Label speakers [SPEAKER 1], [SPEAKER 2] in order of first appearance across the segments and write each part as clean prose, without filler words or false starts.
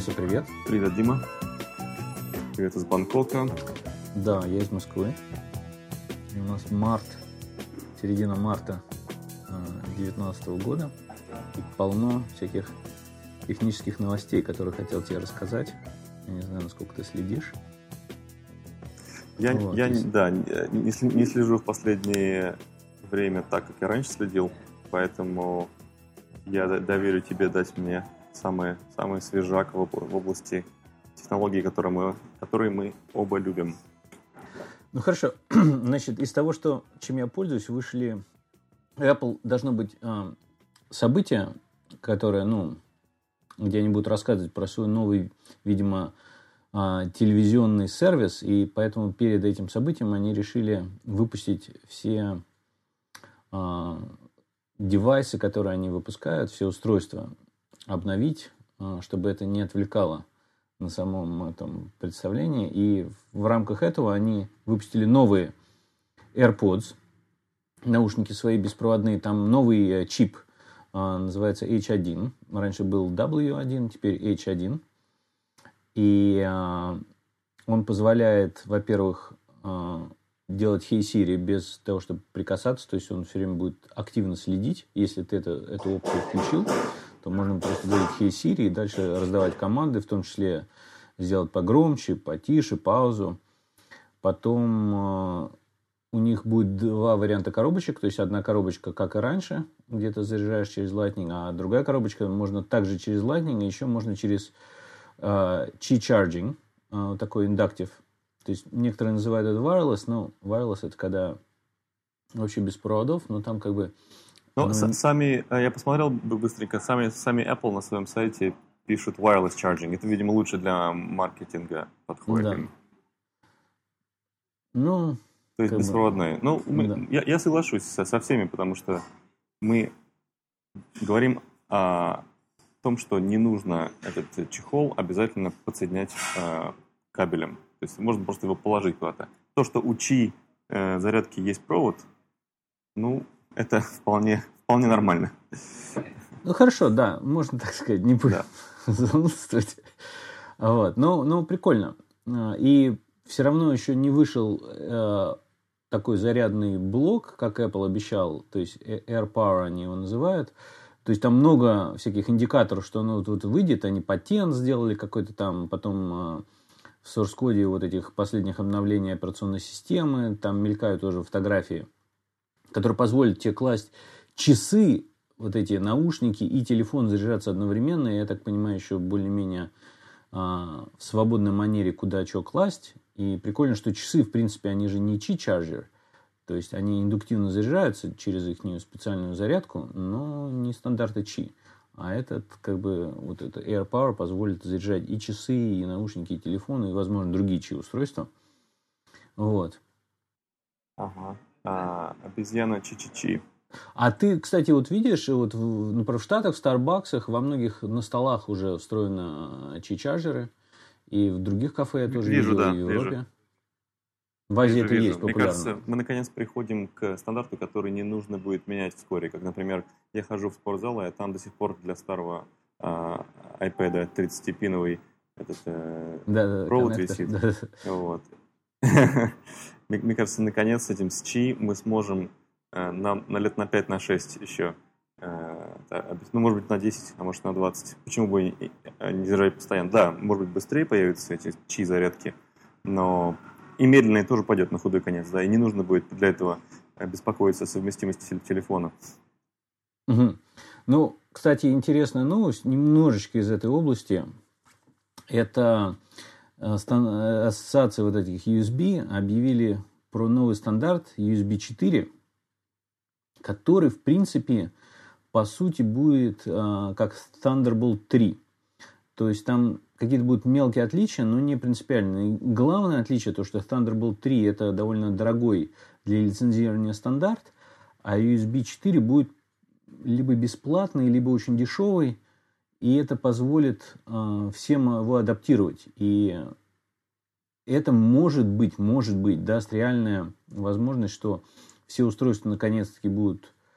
[SPEAKER 1] Вася, привет.
[SPEAKER 2] Привет, Дима. Привет из Бангкока.
[SPEAKER 1] Да, я из Москвы. И у нас середина марта 2019 года. И полно всяких технических новостей, которые хотел тебе рассказать. Я не знаю, насколько ты следишь.
[SPEAKER 2] Я не слежу в последнее время так, как я раньше следил, поэтому я доверю тебе дать мне самый свежак в области технологий, которые мы оба любим.
[SPEAKER 1] Ну хорошо, значит, из того, чем я пользуюсь, вышли Apple, должно быть событие, которое, где они будут рассказывать про свой новый, видимо, телевизионный сервис, и поэтому перед этим событием они решили выпустить все девайсы, которые они выпускают, все устройства, обновить, чтобы это не отвлекало на самом этом представлении. И в рамках этого они выпустили новые AirPods, наушники свои беспроводные, там новый чип, называется H1. Раньше был W1, теперь H1. И он позволяет, во-первых, делать Hey Siri без того, чтобы прикасаться, то есть он все время будет активно следить. Если ты эту опцию включил, то можно просто говорить Hey Siri и дальше раздавать команды, в том числе сделать погромче, потише, паузу. Потом у них будет два варианта коробочек, то есть одна коробочка, как и раньше, где ты заряжаешь через Lightning, а другая коробочка можно также через Lightning, и еще можно через Qi Charging, такой индуктив. То есть некоторые называют это wireless, но wireless это когда вообще без проводов, но там как бы...
[SPEAKER 2] я посмотрел быстренько, сами Apple на своем сайте пишут wireless charging. Это, видимо, лучше для маркетинга подходит.
[SPEAKER 1] Да.
[SPEAKER 2] То есть беспроводные. Я соглашусь со всеми, потому что мы говорим о том, что не нужно этот чехол обязательно подсоединять кабелем. То есть можно просто его положить куда-то. То, что у Qi зарядки есть провод, это вполне нормально.
[SPEAKER 1] Хорошо, да, можно так сказать, не будем занудствовать. Вот. Но прикольно. И все равно еще не вышел такой зарядный блок, как Apple обещал, то есть AirPower они его называют. То есть там много всяких индикаторов, что оно вот выйдет, они патент сделали какой-то там, потом в source-коде вот этих последних обновлений операционной системы, там мелькают тоже фотографии, которые позволят тебе класть часы, вот эти наушники и телефон заряжаться одновременно. И, я так понимаю, еще более-менее в свободной манере куда что класть. И прикольно, что часы, в принципе, они же не Qi-чарджер. То есть они индуктивно заряжаются через их специальную зарядку, но не стандарты Qi. А этот, вот это AirPower позволит заряжать и часы, и наушники, и телефоны, и, возможно, другие Qi-устройства. Вот.
[SPEAKER 2] Ага. Обезьяна Чи-Чи-Чи.
[SPEAKER 1] А ты, кстати, вот видишь, например, в Штатах, в Старбаксах, во многих на столах уже встроены Qi-чарджеры. И в других кафе я тоже видел, и в Европе.
[SPEAKER 2] Вижу.
[SPEAKER 1] В Азии это есть популярно.
[SPEAKER 2] Мне кажется, мы наконец приходим к стандарту, который не нужно будет менять вскоре. Как, например, я хожу в спортзал, и там до сих пор для старого iPad 30-пиновый провод висит. Да. Вот. Мне кажется, наконец с этим с Qi мы сможем на лет на 5-6 еще, может быть, на 10, а может, на 20. Почему бы не держать постоянно? Да, может быть, быстрее появятся эти Qi-зарядки, но и медленнее тоже пойдет на худой конец, да, и не нужно будет для этого беспокоиться о совместимости телефона.
[SPEAKER 1] Угу. Кстати, интересная новость, немножечко из этой области. Это ассоциация вот этих USB объявили про новый стандарт USB 4, который, в принципе, по сути, будет как Thunderbolt 3. То есть там какие-то будут мелкие отличия, но не принципиальные. И главное отличие то, что Thunderbolt 3 это довольно дорогой для лицензирования стандарт, а USB 4 будет либо бесплатный, либо очень дешевый, и это позволит всем его адаптировать. И это может быть, даст реальная возможность, что все устройства наконец-таки будут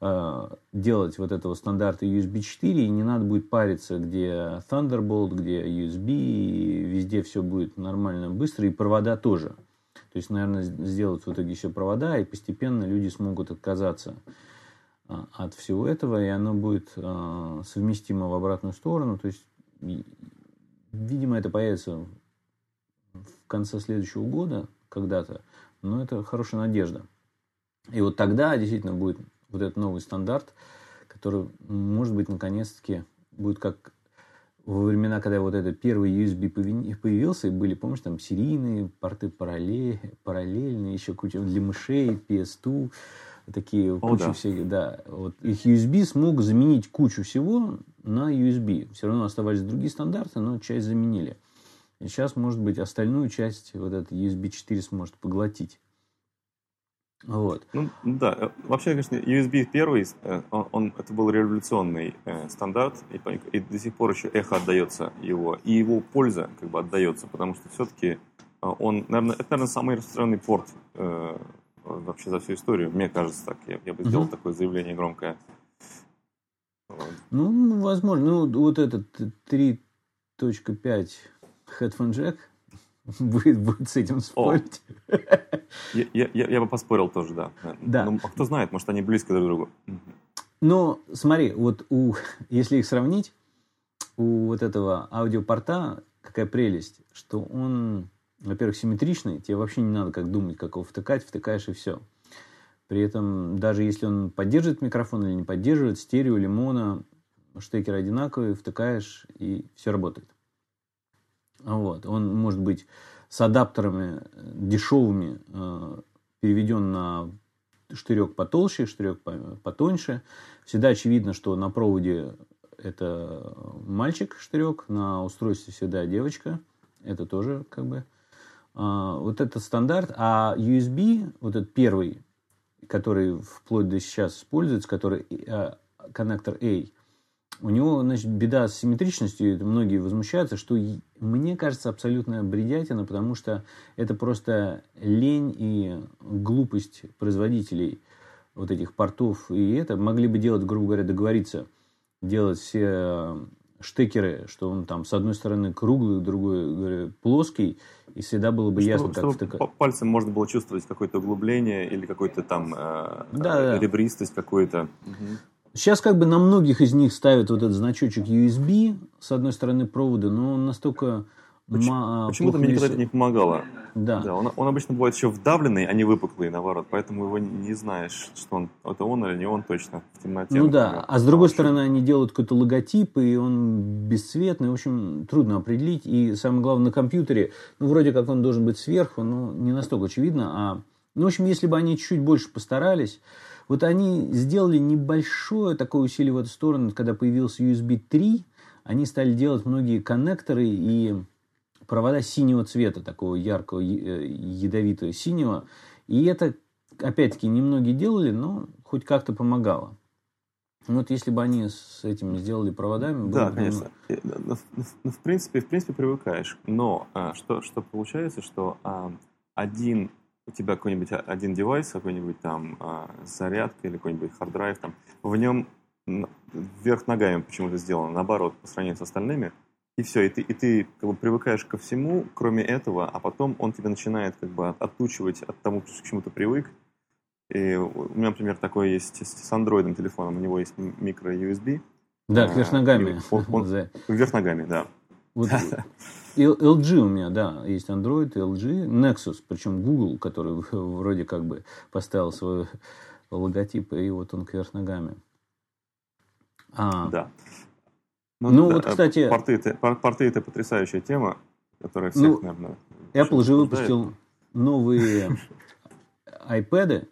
[SPEAKER 1] делать вот этого стандарта USB 4, и не надо будет париться, где Thunderbolt, где USB, и везде все будет нормально, быстро, и провода тоже. То есть, наверное, сделают в итоге еще провода, и постепенно люди смогут отказаться от всего этого, и оно будет совместимо в обратную сторону. То есть, видимо, это появится в конце следующего года когда-то, но это хорошая надежда. И вот тогда действительно будет вот этот новый стандарт, который, может быть, наконец-таки будет как во времена, когда вот этот первый USB появился, и были, помнишь, там серийные порты параллельные, еще куча для мышей, PS2, такие куча всяких, да. Вот их USB смог заменить кучу всего на USB. Все равно оставались другие стандарты, но часть заменили. И сейчас, может быть, остальную часть вот этот USB 4 сможет поглотить. Вот.
[SPEAKER 2] Ну, да, вообще, конечно, USB первый, это был революционный стандарт, и до сих пор еще эхо отдается его, и его польза как бы отдается, потому что все-таки это, наверное, самый распространенный порт вообще за всю историю, мне кажется так. Я бы сделал такое заявление громкое.
[SPEAKER 1] Ну, возможно. Ну, вот этот 3.5 headphone jack будет с этим спорить.
[SPEAKER 2] Я бы поспорил тоже, да. Ну, а кто знает, может, они близко друг к другу.
[SPEAKER 1] Но смотри, вот если их сравнить, у вот этого аудиопорта какая прелесть, что он, во-первых, симметричный, тебе вообще не надо как думать, как его втыкаешь и все. При этом, даже если он поддерживает микрофон или не поддерживает, стерео или моно, штекеры одинаковые, втыкаешь, и все работает. Вот. Он может быть с адаптерами дешевыми переведен на штырек потолще, штырек потоньше. Всегда очевидно, что на проводе это мальчик штырек, на устройстве всегда девочка. Это тоже как бы вот это стандарт. А USB, вот этот первый, который вплоть до сейчас используется, который коннектор A, у него, значит, беда с симметричностью, многие возмущаются, что, мне кажется, абсолютно бредятина, потому что это просто лень и глупость производителей вот этих портов. И это могли бы делать, грубо говоря, договориться, делать все штекеры, что он там с одной стороны круглый, с другой, говоря, плоский, и всегда было бы ясно, как втыкать.
[SPEAKER 2] Пальцем можно было чувствовать какое-то углубление или какую-то там ребристость какую-то.
[SPEAKER 1] Сейчас как бы на многих из них ставят вот этот значочек USB с одной стороны провода, но он настолько...
[SPEAKER 2] Почему-то мне никогда это не помогало.
[SPEAKER 1] Да.
[SPEAKER 2] Он обычно бывает еще вдавленный, а не выпуклый, наоборот. Поэтому его не знаешь, что это он или не он точно в темноте.
[SPEAKER 1] Ну да, а с другой стороны они делают какой-то логотип, и он бесцветный, в общем, трудно определить. И самое главное, на компьютере, вроде как он должен быть сверху, но не настолько очевидно. В общем, если бы они чуть больше постарались... Вот они сделали небольшое такое усилие в эту сторону, когда появился USB 3, они стали делать многие коннекторы и провода синего цвета, такого яркого, ядовитого синего. И это, опять-таки, немногие делали, но хоть как-то помогало. Вот если бы они с этим сделали проводами...
[SPEAKER 2] Да, конечно. В принципе, привыкаешь. Но что получается, что у тебя какой-нибудь один девайс, какой-нибудь там зарядка или какой-нибудь харддрайв, там, в нем вверх ногами почему-то сделано, наоборот, по сравнению с остальными, и все, и ты как бы привыкаешь ко всему, кроме этого, а потом он тебя начинает как бы отлучивать от того, к чему ты привык. И у меня, например, такое есть с андроидным телефоном, у него есть микро-USB.
[SPEAKER 1] Да, вверх ногами.
[SPEAKER 2] Вверх ногами, да.
[SPEAKER 1] Вот LG у меня, да, есть Android, LG, Nexus, причем Google, который вроде как бы поставил свой логотип, и вот он кверх ногами.
[SPEAKER 2] Да.
[SPEAKER 1] Вот, кстати...
[SPEAKER 2] Порты — это потрясающая тема, которая всех, наверное...
[SPEAKER 1] Apple же выпустил новые iPad.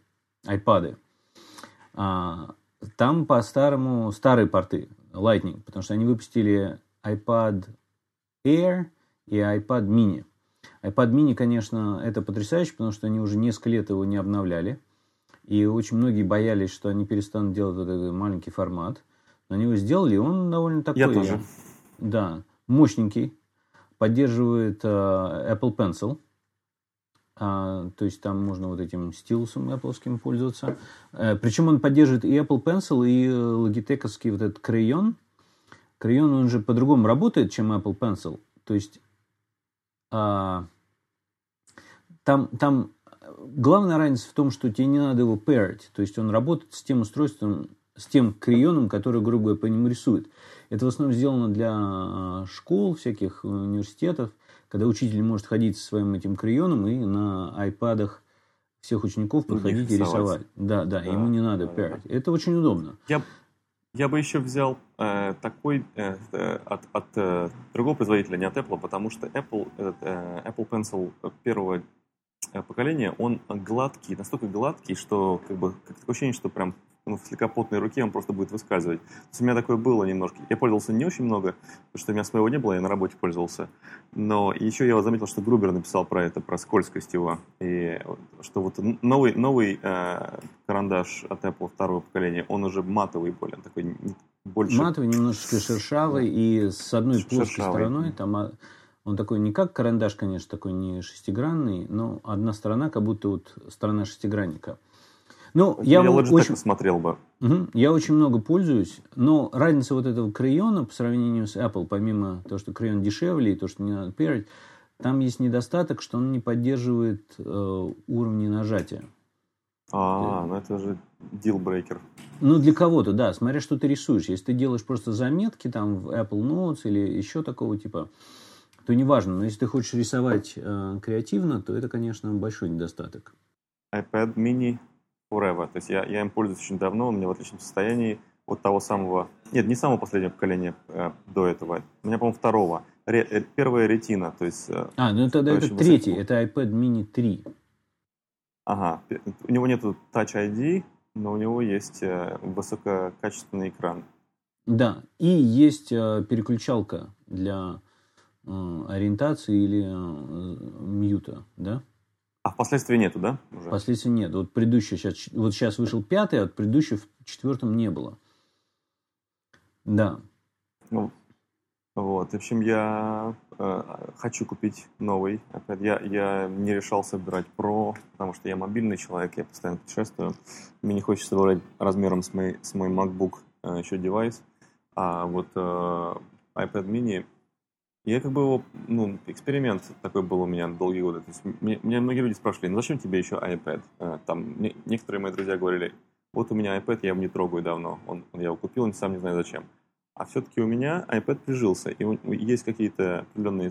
[SPEAKER 1] Там по-старому старые порты, Lightning, потому что они выпустили iPad Air и iPad mini. iPad mini, конечно, это потрясающе, потому что они уже несколько лет его не обновляли. И очень многие боялись, что они перестанут делать вот этот маленький формат. Но они его сделали, и он довольно такой...
[SPEAKER 2] Я тоже.
[SPEAKER 1] Да, мощненький. Поддерживает Apple Pencil. То есть там можно вот этим стилусом Apple'ским пользоваться. Причем он поддерживает и Apple Pencil, и Logitech-овский вот этот Crayon. Crayon, он же по-другому работает, чем Apple Pencil. То есть там главная разница в том, что тебе не надо его пэрить. То есть он работает с тем устройством, с тем крайоном, который, грубо говоря, по нему рисует. Это в основном сделано для школ, всяких университетов, когда учитель может ходить со своим этим крайоном и на айпадах всех учеников подходить и рисовать. Да, ему не надо пэрить. Это очень удобно.
[SPEAKER 2] Я бы еще взял такой от другого производителя, не от Apple, потому что Apple Pencil первого поколения, он гладкий, настолько гладкий, что как такое ощущение, что прям в слегка потной руке он просто будет выскальзывать. То есть у меня такое было немножко. Я пользовался не очень много, потому что у меня своего не было, я на работе пользовался. Но еще я заметил, что Грубер написал про это, про скользкость его. И что вот новый карандаш от Apple второго поколения, он уже матовый более, такой больше...
[SPEAKER 1] Матовый, немножечко шершавый, и с одной плоской стороной там... Он такой не как карандаш, конечно, такой не шестигранный, но одна сторона, как будто вот сторона шестигранника. Ну, я очень
[SPEAKER 2] смотрел бы.
[SPEAKER 1] Я очень много пользуюсь, но разница вот этого крайона по сравнению с Apple, помимо того, что крайон дешевле и то, что не надо пэрить, там есть недостаток, что он не поддерживает уровни нажатия.
[SPEAKER 2] Ну это же deal-breaker.
[SPEAKER 1] Ну, для кого-то, да, смотря что ты рисуешь. Если ты делаешь просто заметки там в Apple Notes или еще такого типа, то неважно. Но если ты хочешь рисовать креативно, то это, конечно, большой недостаток.
[SPEAKER 2] iPad mini Forever. То есть я им пользуюсь очень давно, он у меня в отличном состоянии от того самого... Нет, не самого последнего поколения до этого. У меня, по-моему, второго. Первая ретина. То есть,
[SPEAKER 1] ну тогда это третий. Это iPad mini 3.
[SPEAKER 2] Ага. У него нету Touch ID, но у него есть высококачественный экран.
[SPEAKER 1] Да. И есть переключалка для ориентации или мьюта, да?
[SPEAKER 2] А впоследствии нету, да?
[SPEAKER 1] Уже? Впоследствии нет. Вот предыдущий сейчас вышел 5-й, а предыдущий в 4-м не было. Да.
[SPEAKER 2] Ну, вот. В общем, я хочу купить новый. Опять я не решался брать Pro, потому что я мобильный человек, я постоянно путешествую. Мне не хочется брать размером с мой MacBook еще девайс. А вот iPad mini... Я его, эксперимент такой был у меня долгие годы. То есть меня многие люди спрашивали, зачем тебе еще iPad? Там некоторые мои друзья говорили, вот у меня iPad, я его не трогаю давно. Я его купил, сам не знаю зачем. А все-таки у меня iPad прижился. И есть какие-то определенные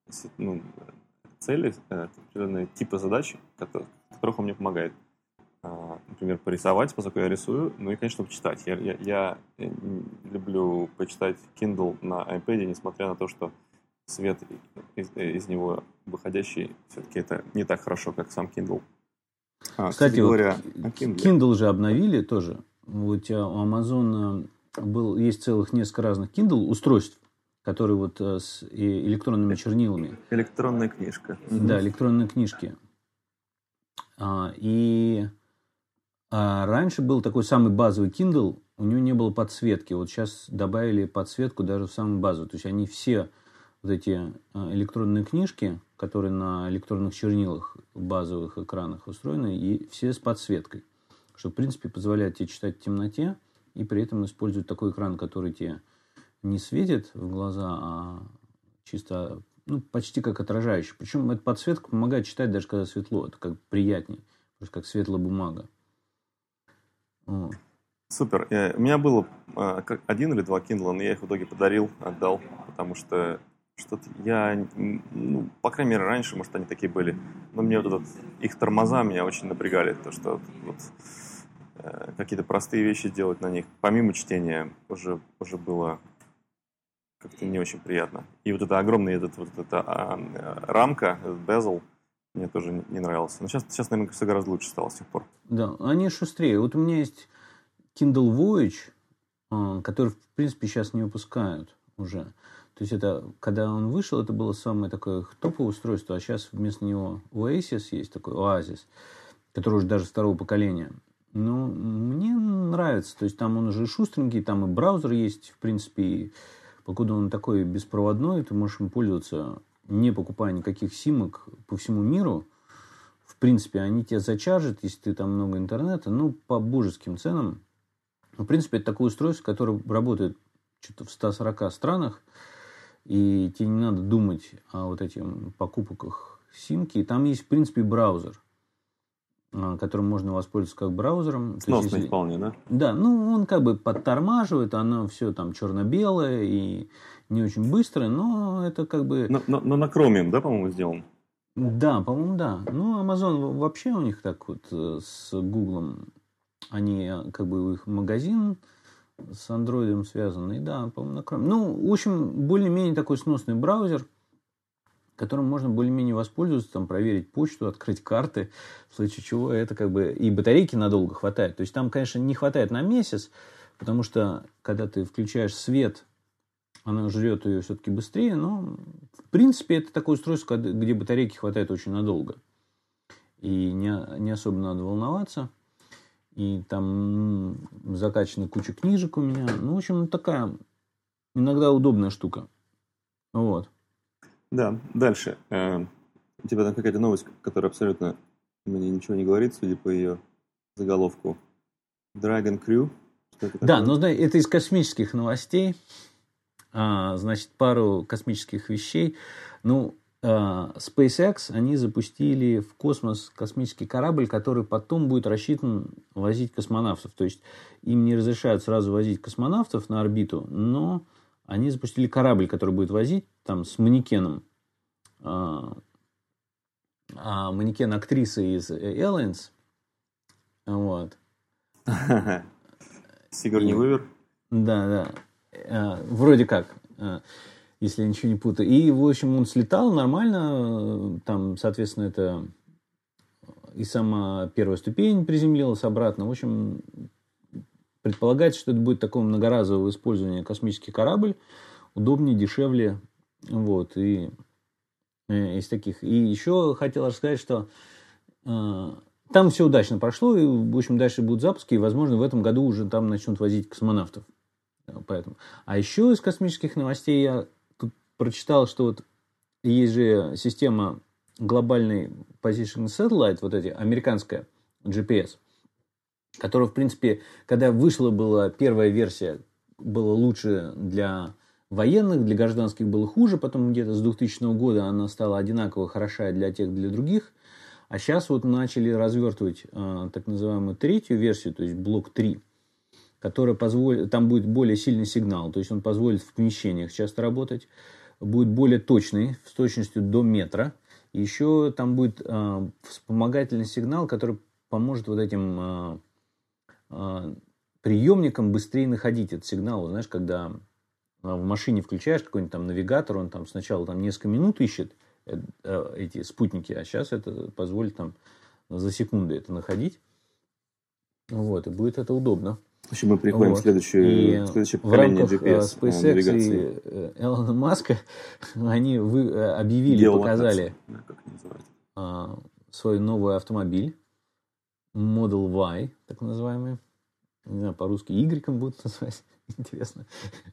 [SPEAKER 2] цели, определенные типы задач, которых он мне помогает. Например, порисовать, поскольку я рисую, и, конечно, почитать. Я люблю почитать Kindle на iPad, несмотря на то, что свет из него выходящий, все-таки это не так хорошо, как сам Kindle.
[SPEAKER 1] Кстати, говоря, Kindle же обновили тоже. Вот у Amazon есть целых несколько разных Kindle устройств, которые вот с электронными чернилами.
[SPEAKER 2] Электронная книжка.
[SPEAKER 1] Да, электронные книжки. Раньше был такой самый базовый Kindle, у него не было подсветки. Вот сейчас добавили подсветку даже в самую базовую. То есть они все вот эти электронные книжки, которые на электронных чернилах базовых экранах устроены, и все с подсветкой. Что, в принципе, позволяет тебе читать в темноте, и при этом использовать такой экран, который тебе не светит в глаза, а чисто, почти как отражающий. Причем эта подсветка помогает читать даже когда светло. Это как приятней, просто как светлая бумага.
[SPEAKER 2] Супер. У меня было 1 или 2 Kindle, но я их в итоге подарил, отдал, потому что что-то я, по крайней мере, раньше, может, они такие были, но мне вот их тормоза меня очень напрягали, то что какие-то простые вещи делать на них, помимо чтения, уже было как-то не очень приятно. И вот эта огромная рамка, этот bezel, мне тоже не нравился. Но сейчас, наверное, все гораздо лучше стало с тех пор.
[SPEAKER 1] Да, они шустрее. Вот у меня есть Kindle Voyage, который, в принципе, сейчас не выпускают уже. То есть это, когда он вышел, это было самое такое топовое устройство, а сейчас вместо него Oasis есть такой, Oasis, который уже даже второго поколения. Но мне нравится. То есть там он уже шустренький, там и браузер есть, в принципе, и покуда он такой беспроводной, ты можешь им пользоваться, не покупая никаких симок по всему миру, в принципе, они тебя зачаржат, если ты там много интернета, ну, по божеским ценам. В принципе, это такое устройство, которое работает что-то в 140 странах, и тебе не надо думать о вот этих покупках симки. Там есть, в принципе, браузер, которым можно воспользоваться как браузером.
[SPEAKER 2] Сносный вполне, да?
[SPEAKER 1] Да, ну, он как бы подтормаживает, оно все там черно-белое и не очень быстрое, но это как бы...
[SPEAKER 2] Но на Chromium, да, по-моему, сделан?
[SPEAKER 1] Да, по-моему, да. Ну, Amazon вообще у них так вот с Google, они как бы у их магазин с Android связан. И да, по-моему, на Chrome. Ну, в общем, более-менее такой сносный браузер, которым можно более-менее воспользоваться, там, проверить почту, открыть карты, в случае чего это как бы... И батарейки надолго хватает. То есть там, конечно, не хватает на месяц, потому что, когда ты включаешь свет, она жрет ее все-таки быстрее, но, в принципе, это такое устройство, где батарейки хватает очень надолго. И не особо надо волноваться. И там закачана куча книжек у меня. Ну, в общем, такая иногда удобная штука. Вот.
[SPEAKER 2] Да, дальше. У тебя там какая-то новость, которая абсолютно мне ничего не говорит, судя по ее заголовку. Dragon Crew.
[SPEAKER 1] Да, но это из космических новостей. Значит, пару космических вещей. Ну, SpaceX, они запустили в космос космический корабль, который потом будет рассчитан возить космонавтов. То есть, им не разрешают сразу возить космонавтов на орбиту, но они запустили корабль, который будет возить там с манекеном. Манекен актрисы из Aliens. Вот.
[SPEAKER 2] Сигурни Уивер?
[SPEAKER 1] Да. Вроде как, если я ничего не путаю. И, в общем, он слетал нормально. Там, соответственно, это и сама первая ступень приземлилась обратно. В общем, предполагается, что это будет такое многоразовое использование космический корабль. Удобнее, дешевле. Вот. И из таких. И еще хотел рассказать, что там все удачно прошло. И, в общем, дальше будут запуски. И, возможно, в этом году уже там начнут возить космонавтов. Поэтому. А еще из космических новостей я тут прочитал, что вот есть же система глобальный Position Satellite, вот эти, американская GPS, которая, в принципе, когда вышла была первая версия, было лучше для военных, для гражданских было хуже, потом где-то с 2000 года она стала одинаково хороша для тех, для других. А сейчас вот начали развертывать так называемую третью версию, то есть блок 3, которая позволит, там будет более сильный сигнал, то есть он позволит в помещениях часто работать, будет более точный, с точностью до метра. И еще там будет вспомогательный сигнал, который поможет вот этим приемникам быстрее находить этот сигнал. Знаешь, когда в машине включаешь какой-нибудь там навигатор, он там сначала там несколько минут ищет эти спутники, а сейчас это позволит там за секунды это находить. Вот, и будет это удобно.
[SPEAKER 2] В общем, мы переходим в следующее поколение GPS
[SPEAKER 1] в рамках SpaceX и Элона Маска они объявили, показали свой новый автомобиль Model Y, так называемый. Не знаю, по-русски Y будут называть. Интересно.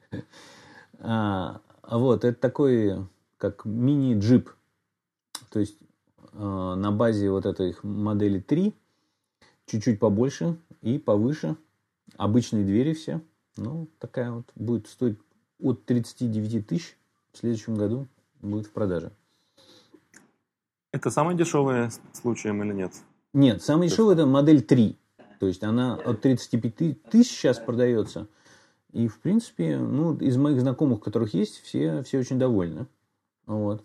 [SPEAKER 1] Вот, это такой, как мини-джип. То есть, на базе вот этой их модели 3 чуть-чуть побольше и повыше. Обычные двери все. Ну, такая вот будет стоить от 39 тысяч. В следующем году будет в продаже.
[SPEAKER 2] Это самое дешевое случаем или нет?
[SPEAKER 1] Нет, самая дешевая это модель 3. То есть она от 35 тысяч сейчас продается. И, в принципе, ну, из моих знакомых, которых есть, все очень довольны. Вот.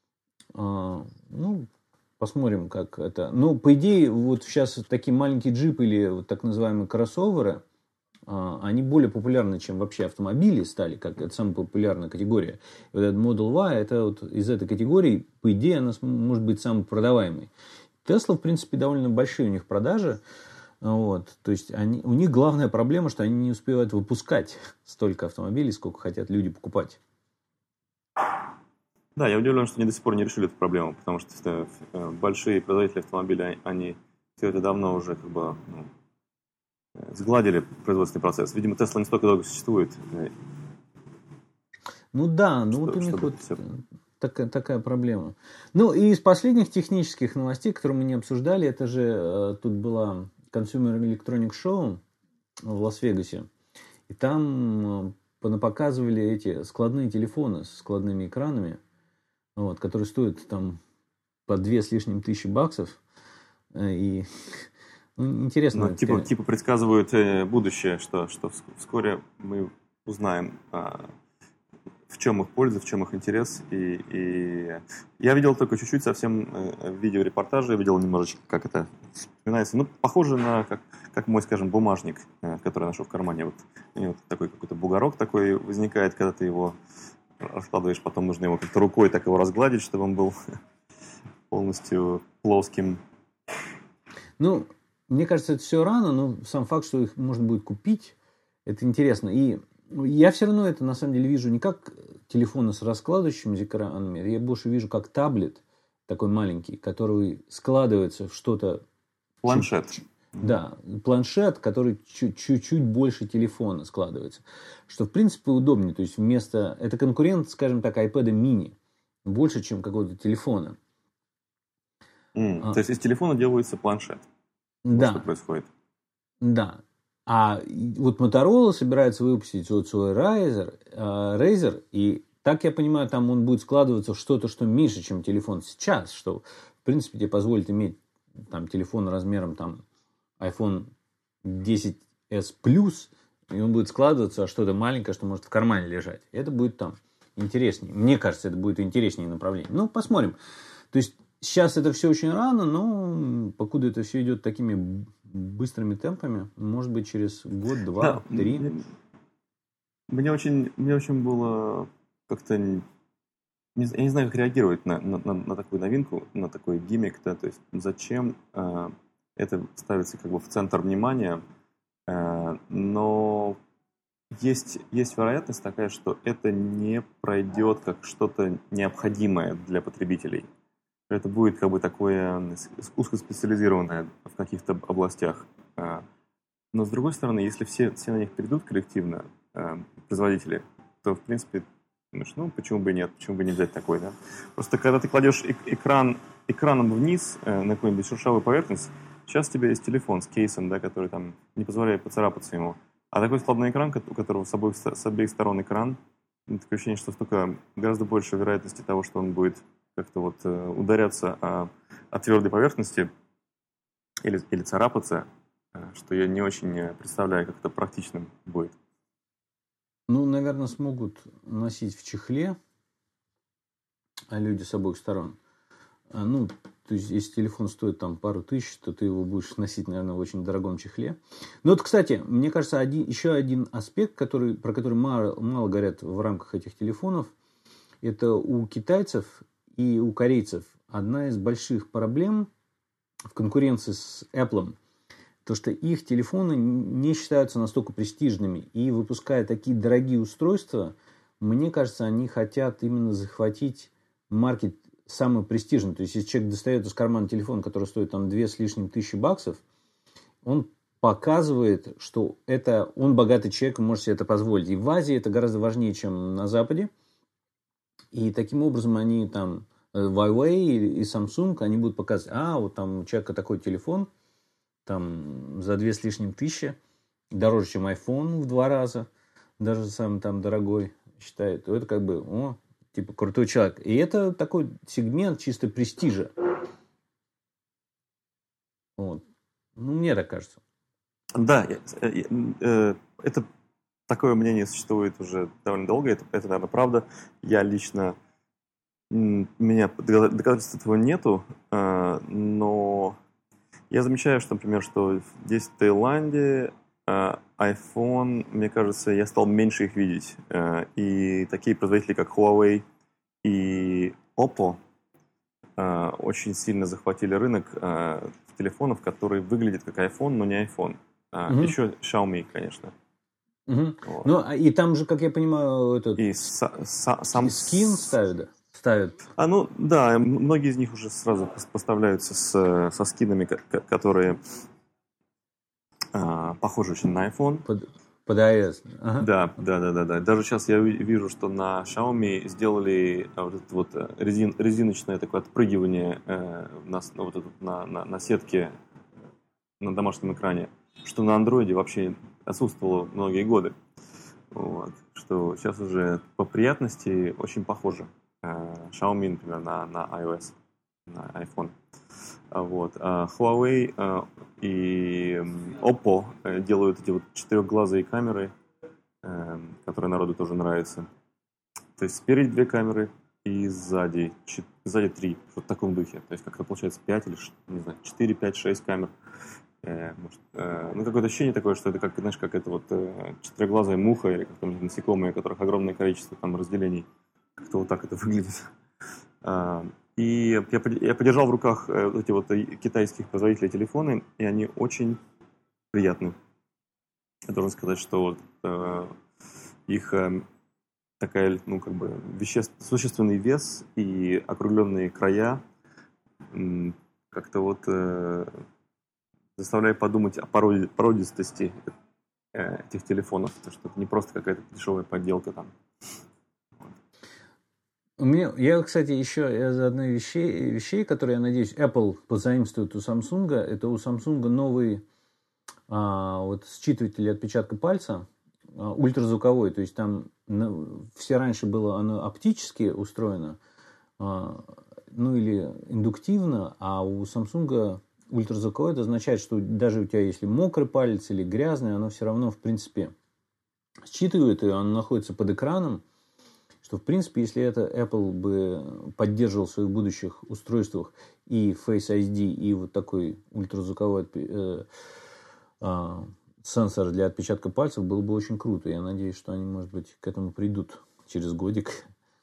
[SPEAKER 1] Ну, посмотрим, как это. Ну, по идее, вот сейчас такие маленькие джипы или вот так называемые кроссоверы, они более популярны, чем вообще автомобили стали, как это самая популярная категория. И вот этот Model Y, это вот из этой категории, по идее, она может быть самой продаваемой. Tesla, в принципе, довольно большие у них продажи. Вот. То есть у них главная проблема, что они не успевают выпускать столько автомобилей, сколько хотят люди покупать.
[SPEAKER 2] Да, я удивлен, что они до сих пор не решили эту проблему, потому что большие производители автомобилей, они все это давно уже как бы сгладили производственный процесс. Видимо, Tesla не столько долго существует.
[SPEAKER 1] Ну да, ну вот у них вот такая проблема. Ну, и из последних технических новостей, которые мы не обсуждали, это же тут была Consumer Electronics Show в Лас-Вегасе. И там показывали эти складные телефоны с складными экранами, вот, которые стоят там по 2 с лишним тысячи баксов. И интересно.
[SPEAKER 2] Ну, типа предсказывают будущее, что вскоре мы узнаем, в чем их польза, в чем их интерес. И я видел только чуть-чуть совсем видеорепортажи, я видел немножечко, как это вспоминается. Ну, похоже на, как мой, скажем, бумажник, который я ношу в кармане. Вот, у него такой какой-то бугорок такой возникает, когда ты его раскладываешь, потом нужно его как-то рукой так его разгладить, чтобы он был полностью плоским.
[SPEAKER 1] Ну, мне кажется, это все рано, но сам факт, что их можно будет купить, это интересно. И я все равно это на самом деле вижу не как телефоны с раскладывающимися экранами, я больше вижу как таблет такой маленький, который складывается в что-то...
[SPEAKER 2] Планшет.
[SPEAKER 1] Да, планшет, который чуть-чуть больше телефона складывается. Что, в принципе, удобнее. То есть, вместо... Это конкурент, скажем так, iPad mini. Больше, чем какого-то телефона.
[SPEAKER 2] То есть, из телефона делается планшет.
[SPEAKER 1] Да.
[SPEAKER 2] Что происходит?
[SPEAKER 1] Да. А вот Motorola собирается выпустить вот свой Razr, и, так я понимаю, там он будет складываться в что-то, что меньше, чем телефон сейчас, что, в принципе, тебе позволит иметь там телефон размером там iPhone 10s Plus, и он будет складываться во что-то маленькое, что может в кармане лежать. Это будет там интереснее. Мне кажется, это будет интереснее направление. Ну, посмотрим. То есть, сейчас это все очень рано, но покуда это все идет такими быстрыми темпами, может быть, через год, 2, 3.
[SPEAKER 2] Мне очень было как-то... Я не знаю, как реагировать на такую новинку, на такой гиммик. Да? То есть, зачем это ставится как бы в центр внимания, но есть вероятность такая, что это не пройдет как что-то необходимое для потребителей. Это будет как бы такое узкоспециализированное в каких-то областях. Но, с другой стороны, если все на них перейдут коллективно, производители, то, в принципе, думаешь, ну, почему бы и нет, почему бы не взять такой, да? Просто когда ты кладешь экраном вниз на какую-нибудь шершавую поверхность, сейчас у тебя есть телефон с кейсом, да, который там не позволяет поцарапаться ему. А такой складной экран, у которого с обеих сторон экран, такое ощущение, что столько гораздо больше вероятности того, что он будет как-то вот ударяться о твердой поверхности или царапаться, что я не очень представляю, как это практичным будет.
[SPEAKER 1] Ну, наверное, смогут носить в чехле люди с обоих сторон. Ну, то есть, если телефон стоит там пару тысяч, то ты его будешь носить, наверное, в очень дорогом чехле. Ну, вот, кстати, мне кажется, еще один аспект, про который мало говорят в рамках этих телефонов, это у китайцев и у корейцев одна из больших проблем в конкуренции с Apple. То, что их телефоны не считаются настолько престижными. И выпуская такие дорогие устройства, мне кажется, они хотят именно захватить маркет самый престижный. То есть, если человек достает из кармана телефон, который стоит там 2 с лишним тысячи баксов, он показывает, что это он богатый человек и может себе это позволить. И в Азии это гораздо важнее, чем на Западе. И таким образом они там, Huawei и Samsung, они будут показывать, вот там у человека такой телефон, там за 2 с лишним тысячи, дороже, чем iPhone в 2 раза, даже самый там дорогой считает, то это как бы, типа крутой человек. И это такой сегмент чисто престижа. Вот. Ну, мне так кажется.
[SPEAKER 2] Да, это такое мнение существует уже довольно долго, это, наверное, правда. Я лично, у меня доказательств этого нету, но я замечаю, что, например, что здесь в Таиланде iPhone, мне кажется, я стал меньше их видеть. И такие производители, как Huawei и Oppo, очень сильно захватили рынок телефонов, которые выглядят как iPhone, но не iPhone. Еще Xiaomi, конечно.
[SPEAKER 1] Вот. Ну, и там же, как я понимаю,
[SPEAKER 2] и сам
[SPEAKER 1] скин ставят.
[SPEAKER 2] Ну, да, многие из них уже сразу поставляются со скинами, которые похожи очень на iPhone.
[SPEAKER 1] Под iOS. Ага.
[SPEAKER 2] Да. Даже сейчас я вижу, что на Xiaomi сделали вот это вот резиночное такое отпрыгивание на сетке на домашнем экране, что на Android вообще отсутствовало многие годы. Вот. Что сейчас уже по приятности очень похоже. Xiaomi, например, на iOS, на iPhone. Вот. Huawei и Oppo делают эти вот четырехглазые камеры, которые народу тоже нравятся. То есть спереди 2 камеры и сзади 3, вот в таком духе. То есть как-то получается 5 или, не знаю, 4, 5, 6 камер. Какое-то ощущение такое, что это как, знаешь, как это вот четырехглазая муха или как там насекомые, у которых огромное количество там разделений. Как-то вот так это выглядит. И я подержал в руках эти вот китайских производителей телефоны, и они очень приятны. Я должен сказать, что их такая, существенный вес и округленные края как-то вот заставляет подумать о породистости этих телефонов, потому что это не просто какая-то дешевая подделка там.
[SPEAKER 1] Кстати, еще из одной вещей, которые, я надеюсь, Apple позаимствует у Samsung, это у Samsung новый считыватель отпечатка пальца, ультразвуковой, то есть там все раньше было оно оптически устроено, или индуктивно, а у Samsung ультразвуковой, это означает, что даже у тебя, если мокрый палец или грязный, оно все равно, в принципе, считывает, и оно находится под экраном, что, в принципе, если это Apple бы поддерживал в своих будущих устройствах и Face ID, и вот такой ультразвуковой сенсор для отпечатка пальцев, было бы очень круто. Я надеюсь, что они, может быть, к этому придут через годик.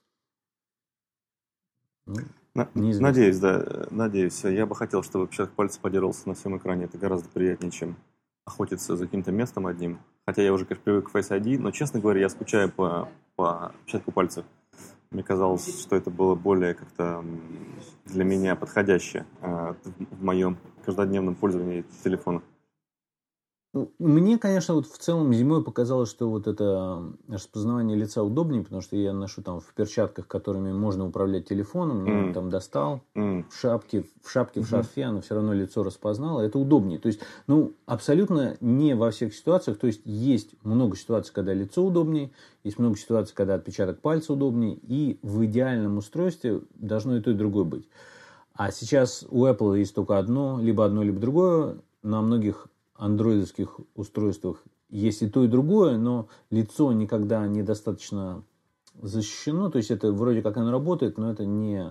[SPEAKER 2] Надеюсь, да. Надеюсь. Я бы хотел, чтобы отпечаток пальца поддерживался на всем экране. Это гораздо приятнее, чем охотиться за каким-то местом одним. Хотя я уже, конечно, привык к Face ID, но, честно говоря, я скучаю по отпечатку пальцев. Мне казалось, что это было более как-то для меня подходящее в моем каждодневном пользовании телефоном.
[SPEAKER 1] Мне, конечно, вот в целом зимой показалось, что вот это распознавание лица удобнее, потому что я ношу там в перчатках, которыми можно управлять телефоном, там достал, в шапке, в шарфе, оно все равно лицо распознало, это удобнее. То есть, абсолютно не во всех ситуациях, то есть много ситуаций, когда лицо удобнее, есть много ситуаций, когда отпечаток пальца удобнее, и в идеальном устройстве должно и то, и другое быть. А сейчас у Apple есть только либо другое, на многих андроидовских устройствах есть и то, и другое, но лицо никогда недостаточно защищено. То есть это вроде как оно работает, но это не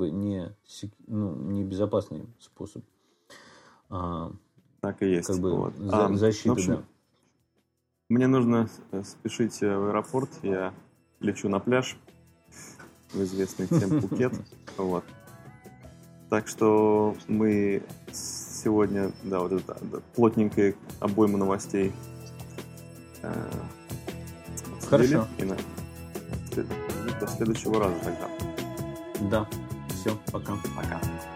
[SPEAKER 1] безопасный способ.
[SPEAKER 2] Так и есть.
[SPEAKER 1] Защиты.
[SPEAKER 2] В общем, мне нужно спешить в аэропорт. Я лечу на пляж в известный всем Пхукет. Вот. Так что мы сегодня, вот это плотненькая обойма новостей.
[SPEAKER 1] Хорошо.
[SPEAKER 2] До следующего раза тогда.
[SPEAKER 1] Да. Все, пока.
[SPEAKER 2] Пока.